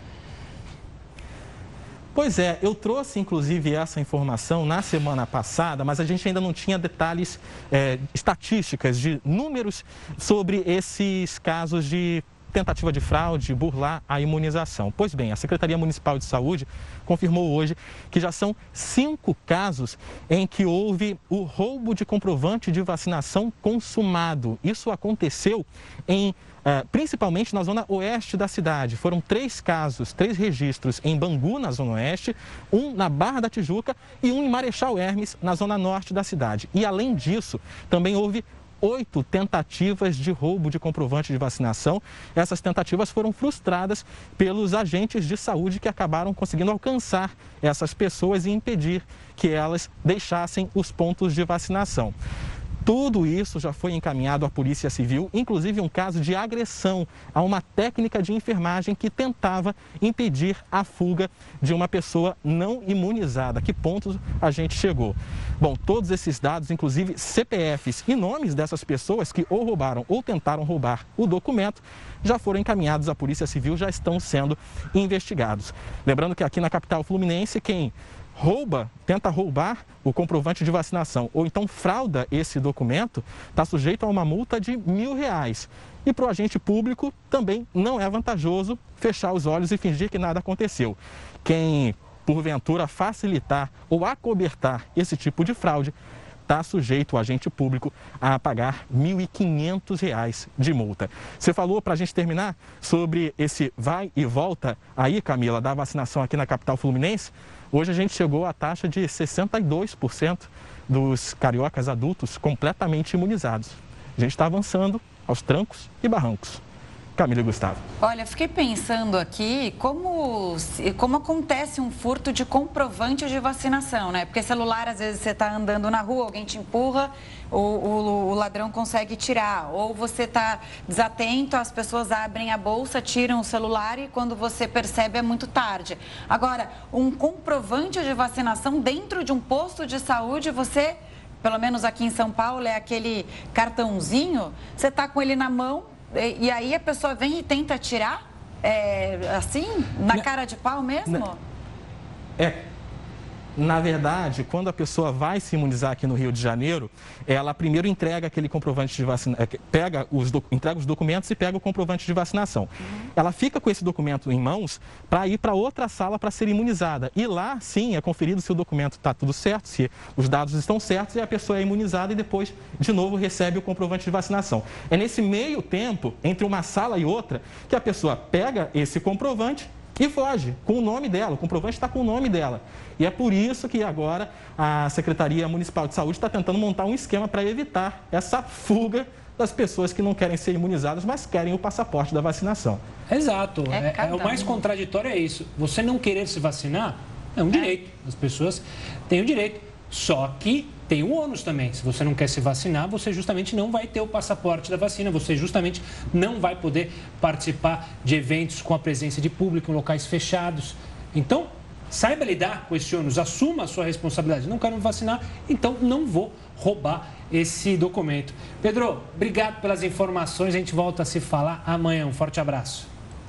Pois é, eu trouxe inclusive essa informação na semana passada, mas a gente ainda não tinha detalhes, é, estatísticas de números sobre esses casos de tentativa de fraude, burlar a imunização. Pois bem, a Secretaria Municipal de Saúde confirmou hoje que já são cinco casos em que houve o roubo de comprovante de vacinação consumado. Isso aconteceu em Uh, principalmente na zona oeste da cidade. Foram três casos, três registros em Bangu, na zona oeste, um na Barra da Tijuca e um em Marechal Hermes, na zona norte da cidade. E além disso, também houve oito tentativas de roubo de comprovante de vacinação. Essas tentativas foram frustradas pelos agentes de saúde que acabaram conseguindo alcançar essas pessoas e impedir que elas deixassem os pontos de vacinação. Tudo isso já foi encaminhado à Polícia Civil, inclusive um caso de agressão a uma técnica de enfermagem que tentava impedir a fuga de uma pessoa não imunizada. Que ponto a gente chegou? Bom, todos esses dados, inclusive C P Fs e nomes dessas pessoas que ou roubaram ou tentaram roubar o documento, já foram encaminhados à Polícia Civil, já estão sendo investigados. Lembrando que aqui na capital fluminense, quem rouba, tenta roubar o comprovante de vacinação ou então frauda esse documento, está sujeito a uma multa de mil reais. E para o agente público também não é vantajoso fechar os olhos e fingir que nada aconteceu. Quem, porventura, facilitar ou acobertar esse tipo de fraude, está sujeito o agente público a pagar mil e quinhentos reais de multa. Você falou, para a gente terminar, sobre esse vai e volta aí, Camila, da vacinação aqui na capital fluminense. Hoje a gente chegou à taxa de sessenta e dois por cento dos cariocas adultos completamente imunizados. A gente está avançando aos trancos e barrancos. Camila e Gustavo.
Olha, fiquei pensando aqui como, como acontece um furto de comprovante de vacinação, né? Porque celular, às vezes você está andando na rua, alguém te empurra, o, o, o ladrão consegue tirar. Ou você está desatento, as pessoas abrem a bolsa, tiram o celular e quando você percebe é muito tarde. Agora, um comprovante de vacinação dentro de um posto de saúde, você, pelo menos aqui em São Paulo, é aquele cartãozinho, você está com ele na mão, e aí a pessoa vem e tenta tirar, é, assim, na cara de pau mesmo?
É. Na verdade, quando a pessoa vai se imunizar aqui no Rio de Janeiro, ela primeiro entrega aquele comprovante de vacinação, pega os, entrega os documentos e pega o comprovante de vacinação. Uhum. Ela fica com esse documento em mãos para ir para outra sala para ser imunizada. E lá, sim, é conferido se o documento está tudo certo, se os dados estão certos e a pessoa é imunizada e depois, de novo, recebe o comprovante de vacinação. É nesse meio tempo, entre uma sala e outra, que a pessoa pega esse comprovante e foge com o nome dela, o comprovante está com o nome dela. E é por isso que agora a Secretaria Municipal de Saúde está tentando montar um esquema para evitar essa fuga das pessoas que não querem ser imunizadas, mas querem o passaporte da vacinação.
Exato. É, é, é o mais contraditório é isso. Você não querer se vacinar é um direito. As pessoas têm o direito. Só que tem o ônus também. Se você não quer se vacinar, você justamente não vai ter o passaporte da vacina. Você justamente não vai poder participar de eventos com a presença de público em locais fechados. Então, saiba lidar com esse ônus. Assuma a sua responsabilidade. Não quero me vacinar, então não vou roubar esse documento. Pedro, obrigado pelas informações. A gente volta a se falar amanhã. Um forte abraço.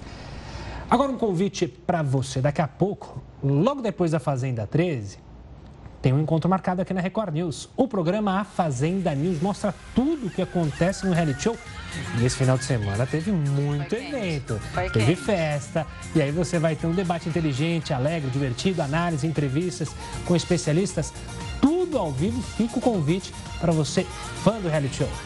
Agora um convite para você. Daqui a pouco, logo depois da Fazenda treze... tem um encontro marcado aqui na Record News. O programa A Fazenda News mostra tudo o que acontece no reality show. E esse final de semana teve muito Foi evento. Foi teve quente. Festa. E aí você vai ter um debate inteligente, alegre, divertido, análise, entrevistas com especialistas. Tudo ao vivo. Fica o convite para você, fã do reality show.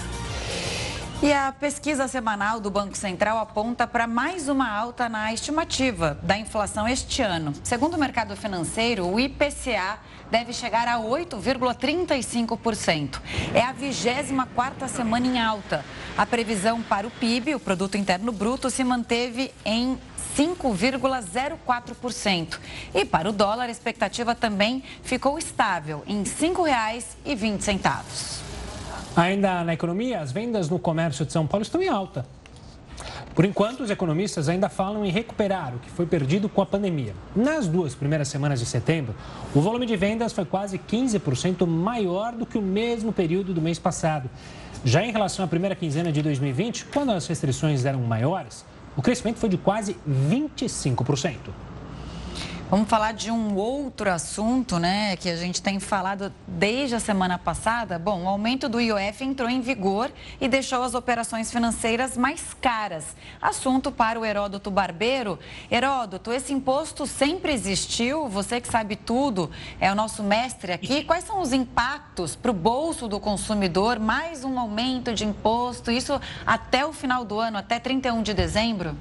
E a pesquisa semanal do Banco Central aponta para mais uma alta na estimativa da inflação este ano. Segundo o mercado financeiro, o I P C A deve chegar a oito vírgula trinta e cinco por cento. É a vigésima quarta semana em alta. A previsão para o P I B, o Produto Interno Bruto, se manteve em cinco vírgula zero quatro por cento. E para o dólar, a expectativa também ficou estável em cinco reais e vinte centavos.
Ainda na economia, as vendas no comércio de São Paulo estão em alta. Por enquanto, os economistas ainda falam em recuperar o que foi perdido com a pandemia. Nas duas primeiras semanas de setembro, o volume de vendas foi quase quinze por cento maior do que o mesmo período do mês passado. Já em relação à primeira quinzena de dois mil e vinte, quando as restrições eram maiores, o crescimento foi de quase vinte e cinco por cento.
Vamos falar de um outro assunto, né, que a gente tem falado desde a semana passada. Bom, o aumento do I O F entrou em vigor e deixou as operações financeiras mais caras. Assunto para o Heródoto Barbeiro. Heródoto, esse imposto sempre existiu, você que sabe tudo, é o nosso mestre aqui. Quais são os impactos para o bolso do consumidor? Mais um aumento de imposto, isso até o final do ano, até trinta e um de dezembro?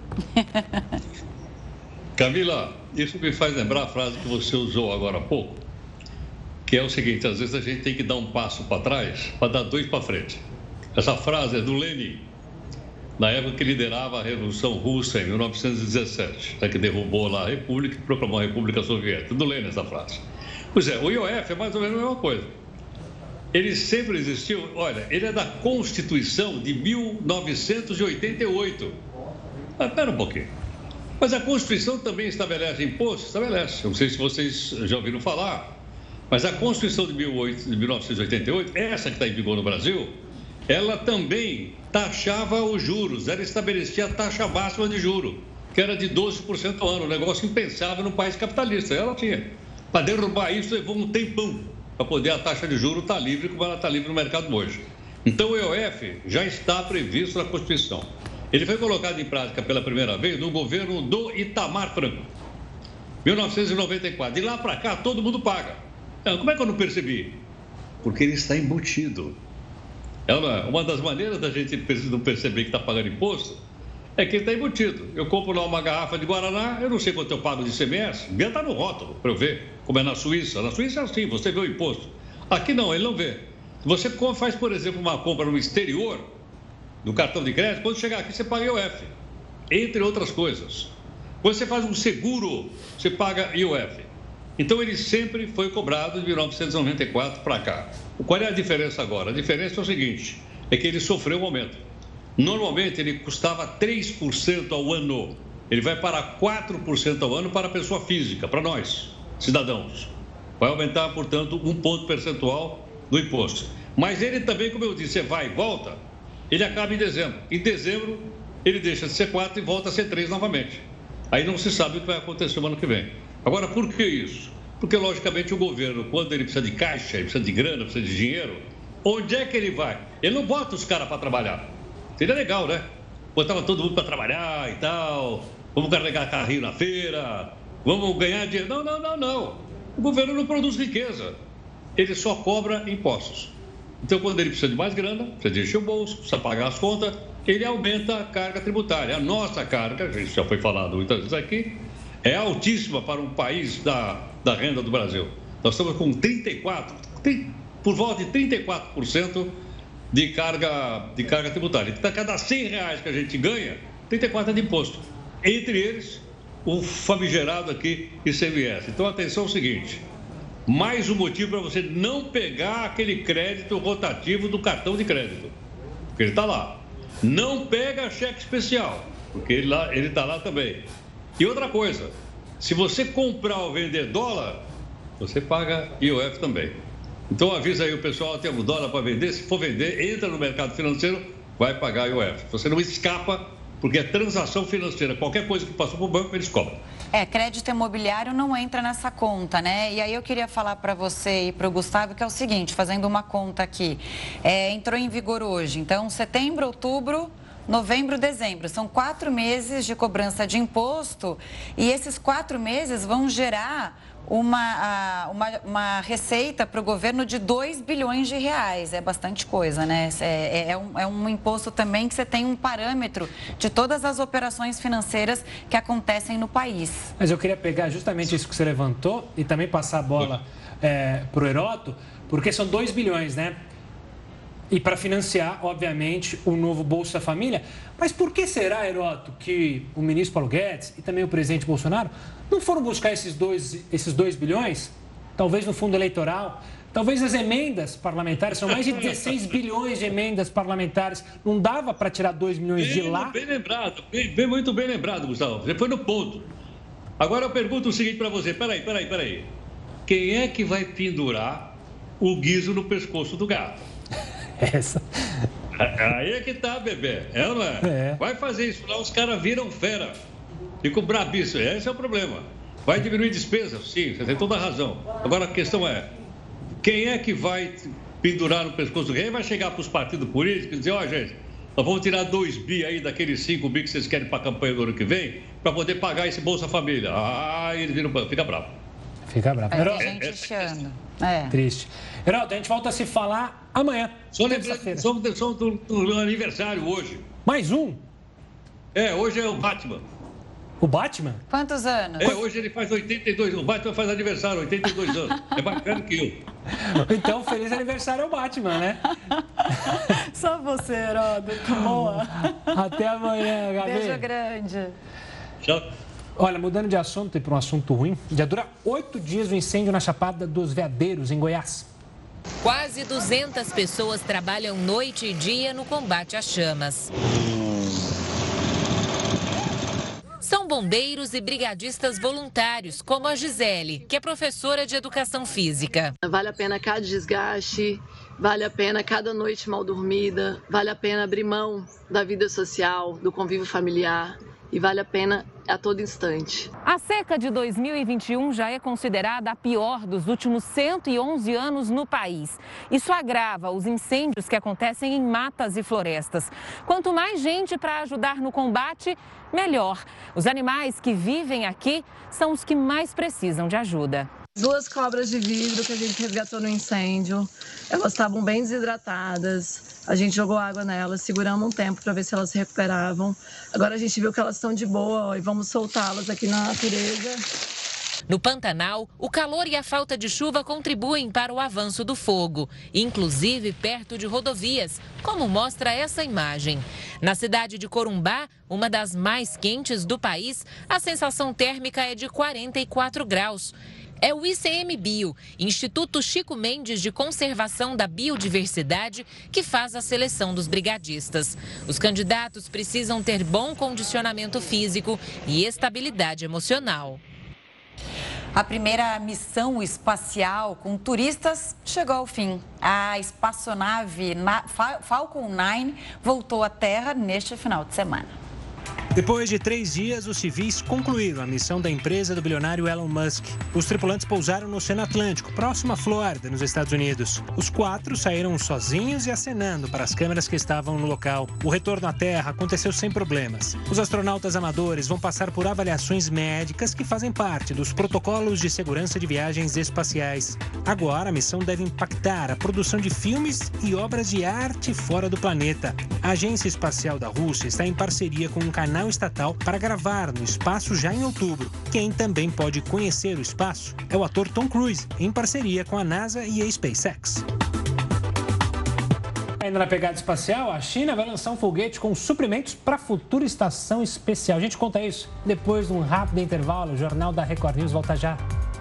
Camila, isso me faz lembrar a frase que você usou agora há pouco, que é o seguinte: às vezes a gente tem que dar um passo para trás para dar dois para frente. Essa frase é do Lenin, na época que liderava a Revolução Russa em mil novecentos e dezessete, né, que derrubou lá a República e proclamou a República Soviética. Do Lenin essa frase. Pois é, o I O F é mais ou menos a mesma coisa. Ele sempre existiu, olha, ele é da Constituição de mil novecentos e oitenta e oito. Ah, espera um pouquinho. Mas a Constituição também estabelece imposto? Estabelece. Não sei se vocês já ouviram falar, mas a Constituição de mil novecentos e oitenta e oito, essa que está em vigor no Brasil, ela também taxava os juros, ela estabelecia a taxa máxima de juros, que era de doze por cento ao ano, um negócio impensável no país capitalista. Ela tinha. Para derrubar isso, levou um tempão para poder a taxa de juros estar livre como ela está livre no mercado hoje. Então, o I O F já está previsto na Constituição. Ele foi colocado em prática pela primeira vez no governo do Itamar Franco, mil novecentos e noventa e quatro. De lá para cá, todo mundo paga. Como é que eu não percebi? Porque ele está embutido. É uma das maneiras da gente não perceber que está pagando imposto é que ele está embutido. Eu compro lá uma garrafa de Guaraná, eu não sei quanto eu pago de I C M S, devia estar no rótulo para eu ver, como é na Suíça. Na Suíça é assim, você vê o imposto. Aqui não, ele não vê. Se você faz, por exemplo, uma compra no exterior, do cartão de crédito, quando chegar aqui você paga I O F. entre outras coisas. Você faz um seguro, você paga I O F. Então, ele sempre foi cobrado de mil novecentos e noventa e quatro para cá. Qual é a diferença agora? A diferença é o seguinte, é que ele sofreu um aumento. Normalmente, ele custava três por cento ao ano. Ele vai para quatro por cento ao ano para a pessoa física, para nós, cidadãos. Vai aumentar, portanto, um ponto percentual do imposto. Mas ele também, como eu disse, você vai e volta, ele acaba em dezembro. Em dezembro, ele deixa de ser quatro e volta a ser três novamente. Aí não se sabe o que vai acontecer no ano que vem. Agora, por que isso? Porque, logicamente, o governo, quando ele precisa de caixa, ele precisa de grana, precisa de dinheiro, onde é que ele vai? Ele não bota os caras para trabalhar. Seria legal, né? Botava todo mundo para trabalhar e tal, vamos carregar carrinho na feira, vamos ganhar dinheiro. Não, não, não, não. O governo não produz riqueza, ele só cobra impostos. Então, quando ele precisa de mais grana, precisa de encher o bolso, precisa pagar as contas, ele aumenta a carga tributária. A nossa carga, a gente já foi falado muitas vezes aqui, é altíssima para um país da, da renda do Brasil. Nós estamos com trinta e quatro por cento, por volta de trinta e quatro por cento de carga, de carga tributária. Então, a cada cem reais que a gente ganha, trinta e quatro é de imposto. Entre eles, o famigerado aqui I C M S. Então, atenção ao seguinte, mais um motivo para você não pegar aquele crédito rotativo do cartão de crédito, porque ele está lá. Não pega cheque especial, porque ele lá, ele está lá também. E outra coisa, se você comprar ou vender dólar, você paga I O F também. Então avisa aí o pessoal, temos dólar para vender, se for vender, entra no mercado financeiro, vai pagar I O F. Você não escapa, porque é transação financeira. Qualquer coisa que passou para o banco, eles cobram.
É, crédito imobiliário não entra nessa conta, né? E aí eu queria falar para você e para o Gustavo que é o seguinte, fazendo uma conta aqui, é, entrou em vigor hoje, então setembro, outubro, novembro, dezembro, são quatro meses de cobrança de imposto e esses quatro meses vão gerar uma, uma, uma receita para o governo de dois bilhões de reais. É bastante coisa, né? É, é, um, é um imposto também que você tem um parâmetro de todas as operações financeiras que acontecem no país.
Mas eu queria pegar justamente isso que você levantou e também passar a bola é, para o Heroto, porque são dois bilhões, né? E para financiar, obviamente, o novo Bolsa Família. Mas por que será, Heroto, que o ministro Paulo Guedes e também o presidente Bolsonaro não foram buscar esses dois, esses dois bilhões? Talvez no fundo eleitoral, talvez as emendas parlamentares, são mais de dezesseis bilhões de emendas parlamentares. Não dava para tirar dois milhões bem, de lá?
Bem lembrado, bem, bem, muito bem lembrado, Gustavo. Você foi no ponto. Agora eu pergunto o seguinte para você. Peraí, peraí, peraí. Quem é que vai pendurar o guiso no pescoço do gato?
Essa.
Aí é que tá, bebê. É ou não é? é? Vai fazer isso lá, os caras viram fera. Ficam brabíssimos. Esse é o problema. Vai diminuir despesa? Sim, você tem toda a razão. Agora a questão é, quem é que vai pendurar no pescoço do rei? Vai chegar para os partidos políticos e dizer, ó, oh, gente, nós vamos tirar dois bi aí daqueles cinco bi que vocês querem para a campanha do ano que vem para poder pagar esse Bolsa Família. Ah, ele vira, fica bravo.
Fica bravo.
É, a gente chiando. É.
Triste. Heraldo, a gente volta a se falar amanhã.
Só lembrando, só do, do aniversário hoje.
Mais um?
É, hoje é o Batman.
O Batman?
Quantos anos?
É, hoje ele faz oitenta e dois. O Batman faz aniversário, oitenta e dois anos. É bacana que eu.
Então, feliz aniversário ao Batman, né?
Só você, Heraldo. Boa.
Até amanhã, Gabi.
Beijo grande.
Tchau.
Olha, mudando de assunto e para um assunto ruim, já dura oito dias o incêndio na Chapada dos Veadeiros, em Goiás.
Quase duzentas pessoas trabalham noite e dia no combate às chamas. São bombeiros e brigadistas voluntários, como a Gisele, que é professora de educação física.
Vale a pena cada desgaste, vale a pena cada noite mal dormida, vale a pena abrir mão da vida social, do convívio familiar e vale a pena a todo instante.
A seca de dois mil e vinte e um já é considerada a pior dos últimos cento e onze anos no país. Isso agrava os incêndios que acontecem em matas e florestas. Quanto mais gente para ajudar no combate, melhor. Os animais que vivem aqui são os que mais precisam de ajuda.
Duas cobras de vidro que a gente resgatou no incêndio, elas estavam bem desidratadas, a gente jogou água nelas, seguramos um tempo para ver se elas se recuperavam. Agora a gente viu que elas estão de boa ó, e vamos soltá-las aqui na natureza.
No Pantanal, o calor e a falta de chuva contribuem para o avanço do fogo, inclusive perto de rodovias, como mostra essa imagem. Na cidade de Corumbá, uma das mais quentes do país, a sensação térmica é de quarenta e quatro graus. É o I C M Bio, Instituto Chico Mendes de Conservação da Biodiversidade, que faz a seleção dos brigadistas. Os candidatos precisam ter bom condicionamento físico e estabilidade emocional.
A primeira missão espacial com turistas chegou ao fim. A espaçonave Falcon nove voltou à Terra neste final de semana.
Depois de três dias, os civis concluíram a missão da empresa do bilionário Elon Musk. Os tripulantes pousaram no Oceano Atlântico, próximo à Flórida, nos Estados Unidos. Os quatro saíram sozinhos e acenando para as câmeras que estavam no local. O retorno à Terra aconteceu sem problemas. Os astronautas amadores vão passar por avaliações médicas que fazem parte dos protocolos de segurança de viagens espaciais. Agora, a missão deve impactar a produção de filmes e obras de arte fora do planeta. A Agência Espacial da Rússia está em parceria com um canal estatal para gravar no espaço já em outubro. Quem também pode conhecer o espaço é o ator Tom Cruise, em parceria com a NASA e a SpaceX. Ainda na pegada espacial, a China vai lançar um foguete com suprimentos para a futura estação espacial. A gente conta isso depois de um rápido intervalo. O Jornal da Record News volta já.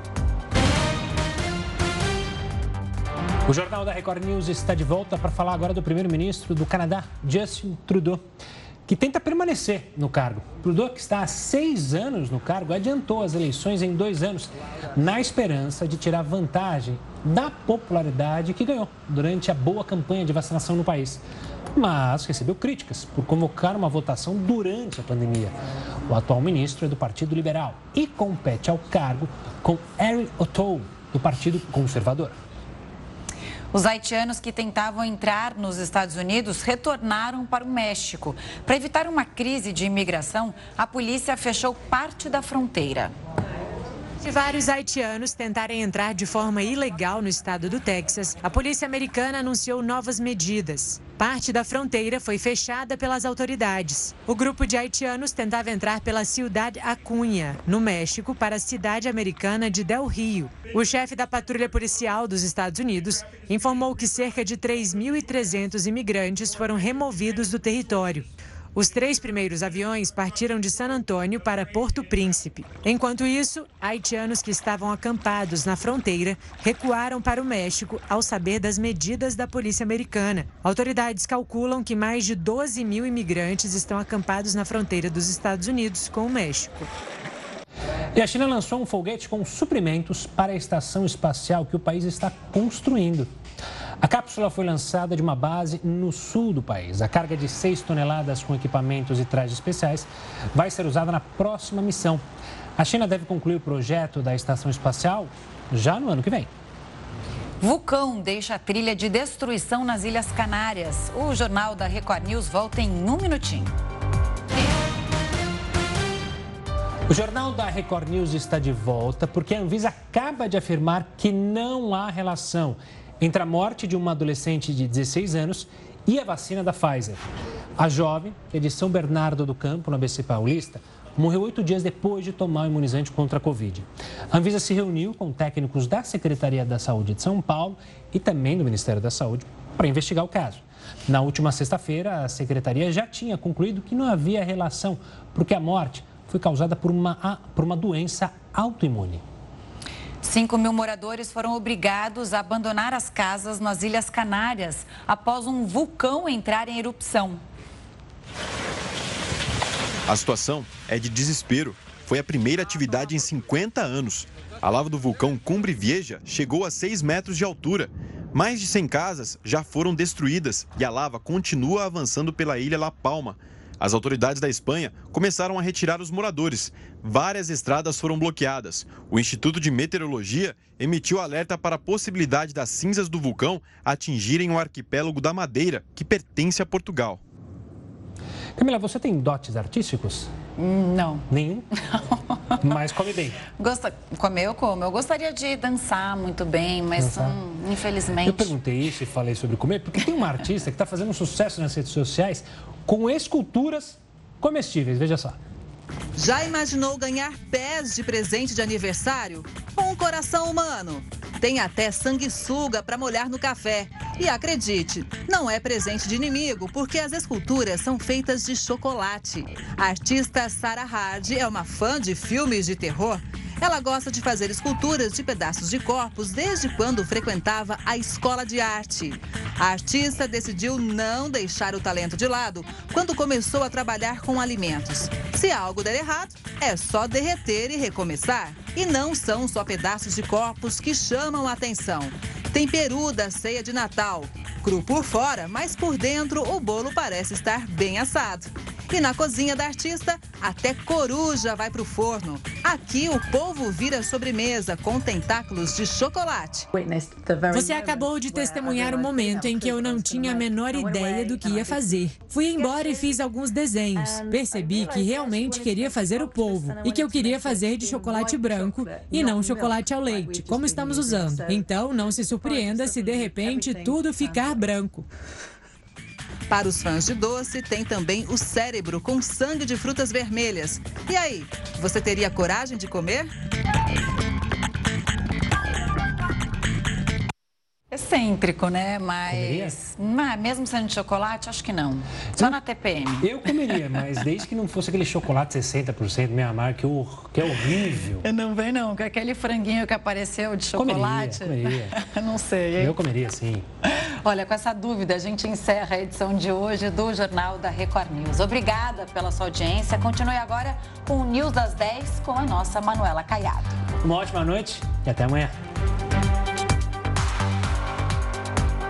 O Jornal da Record News está de volta para falar agora do primeiro-ministro do Canadá, Justin Trudeau, que tenta permanecer no cargo. Trudeau, que está há seis anos no cargo, adiantou as eleições em dois anos, na esperança de tirar vantagem da popularidade que ganhou durante a boa campanha de vacinação no país. Mas recebeu críticas por convocar uma votação durante a pandemia. O atual ministro é do Partido Liberal e compete ao cargo com Erin O'Toole, do Partido Conservador.
Os haitianos que tentavam entrar nos Estados Unidos retornaram para o México. Para evitar uma crise de imigração, a polícia fechou parte da fronteira.
Se vários haitianos tentarem entrar de forma ilegal no estado do Texas, a polícia americana anunciou novas medidas. Parte da fronteira foi fechada pelas autoridades. O grupo de haitianos tentava entrar pela Ciudad Acuña, no México, para a cidade americana de Del Rio. O chefe da patrulha policial dos Estados Unidos informou que cerca de três mil e trezentos imigrantes foram removidos do território. Os três primeiros aviões partiram de San Antônio para Porto Príncipe. Enquanto isso, haitianos que estavam acampados na fronteira recuaram para o México ao saber das medidas da polícia americana. Autoridades calculam que mais de doze mil imigrantes estão acampados na fronteira dos Estados Unidos com o México.
E a China lançou um foguete com suprimentos para a estação espacial que o país está construindo. A cápsula foi lançada de uma base no sul do país. A carga de seis toneladas com equipamentos e trajes especiais vai ser usada na próxima missão. A China deve concluir o projeto da estação espacial já no ano que vem.
Vulcão deixa a trilha de destruição nas Ilhas Canárias. O Jornal da Record News volta em um minutinho.
O Jornal da Record News está de volta porque a Anvisa acaba de afirmar que não há relação entre a morte de uma adolescente de dezesseis anos e a vacina da Pfizer. A jovem, que é de São Bernardo do Campo, no A B C Paulista, morreu oito dias depois de tomar o imunizante contra a Covid. A Anvisa se reuniu com técnicos da Secretaria da Saúde de São Paulo e também do Ministério da Saúde para investigar o caso. Na última sexta-feira, a Secretaria já tinha concluído que não havia relação, porque a morte foi causada por uma, por uma doença autoimune.
Cinco mil moradores foram obrigados a abandonar as casas nas Ilhas Canárias após um vulcão entrar em erupção.
A situação é de desespero. Foi a primeira atividade em cinquenta anos. A lava do vulcão Cumbre Vieja chegou a seis metros de altura. Mais de cem casas já foram destruídas e a lava continua avançando pela ilha La Palma. As autoridades da Espanha começaram a retirar os moradores. Várias estradas foram bloqueadas. O Instituto de Meteorologia emitiu alerta para a possibilidade das cinzas do vulcão atingirem o arquipélago da Madeira, que pertence a Portugal.
Camila, você tem dotes artísticos?
Não.
Nenhum? Não. Mas come bem.
Gosta... Comer eu como. Eu gostaria de dançar muito bem, mas hum, infelizmente...
Eu perguntei isso e falei sobre comer, porque tem uma artista que está fazendo um sucesso nas redes sociais com esculturas comestíveis. Veja só.
Já imaginou ganhar pés de presente de aniversário? Com um coração humano. Tem até sanguessuga para molhar no café. E acredite, não é presente de inimigo, porque as esculturas são feitas de chocolate. A artista Sarah Hardy é uma fã de filmes de terror. Ela gosta de fazer esculturas de pedaços de corpos desde quando frequentava a escola de arte. A artista decidiu não deixar o talento de lado quando começou a trabalhar com alimentos. Se algo der errado, é só derreter e recomeçar. E não são só pedaços de corpos que chamam a atenção. Tem peru da ceia de Natal. Cru por fora, mas por dentro o bolo parece estar bem assado. E na cozinha da artista, até coruja vai para o forno. Aqui o povo vira sobremesa com tentáculos de chocolate.
Você acabou de testemunhar o momento em que eu não tinha a menor ideia do que ia fazer. Fui embora e fiz alguns desenhos. Percebi que realmente queria fazer o polvo e que eu queria fazer de chocolate branco e não chocolate ao leite, como estamos usando. Então, não se surpreenda se de repente tudo ficar branco.
Para os fãs de doce, tem também o cérebro com sangue de frutas vermelhas. E aí, você teria coragem de comer?
Excêntrico, né? Mas, mas mesmo sendo de chocolate, acho que não. Só eu, na T P M.
Eu comeria, mas desde que não fosse aquele chocolate sessenta por cento meio amargo, que, que é horrível.
Eu não vem não, que aquele franguinho que apareceu de chocolate.
Comeria, comeria.
Não sei, hein?
Eu comeria, sim.
Olha, com essa dúvida, a gente encerra a edição de hoje do Jornal da Record News. Obrigada pela sua audiência. Continue agora com o News das dez com a nossa Manuela Caiado.
Uma ótima noite e até amanhã.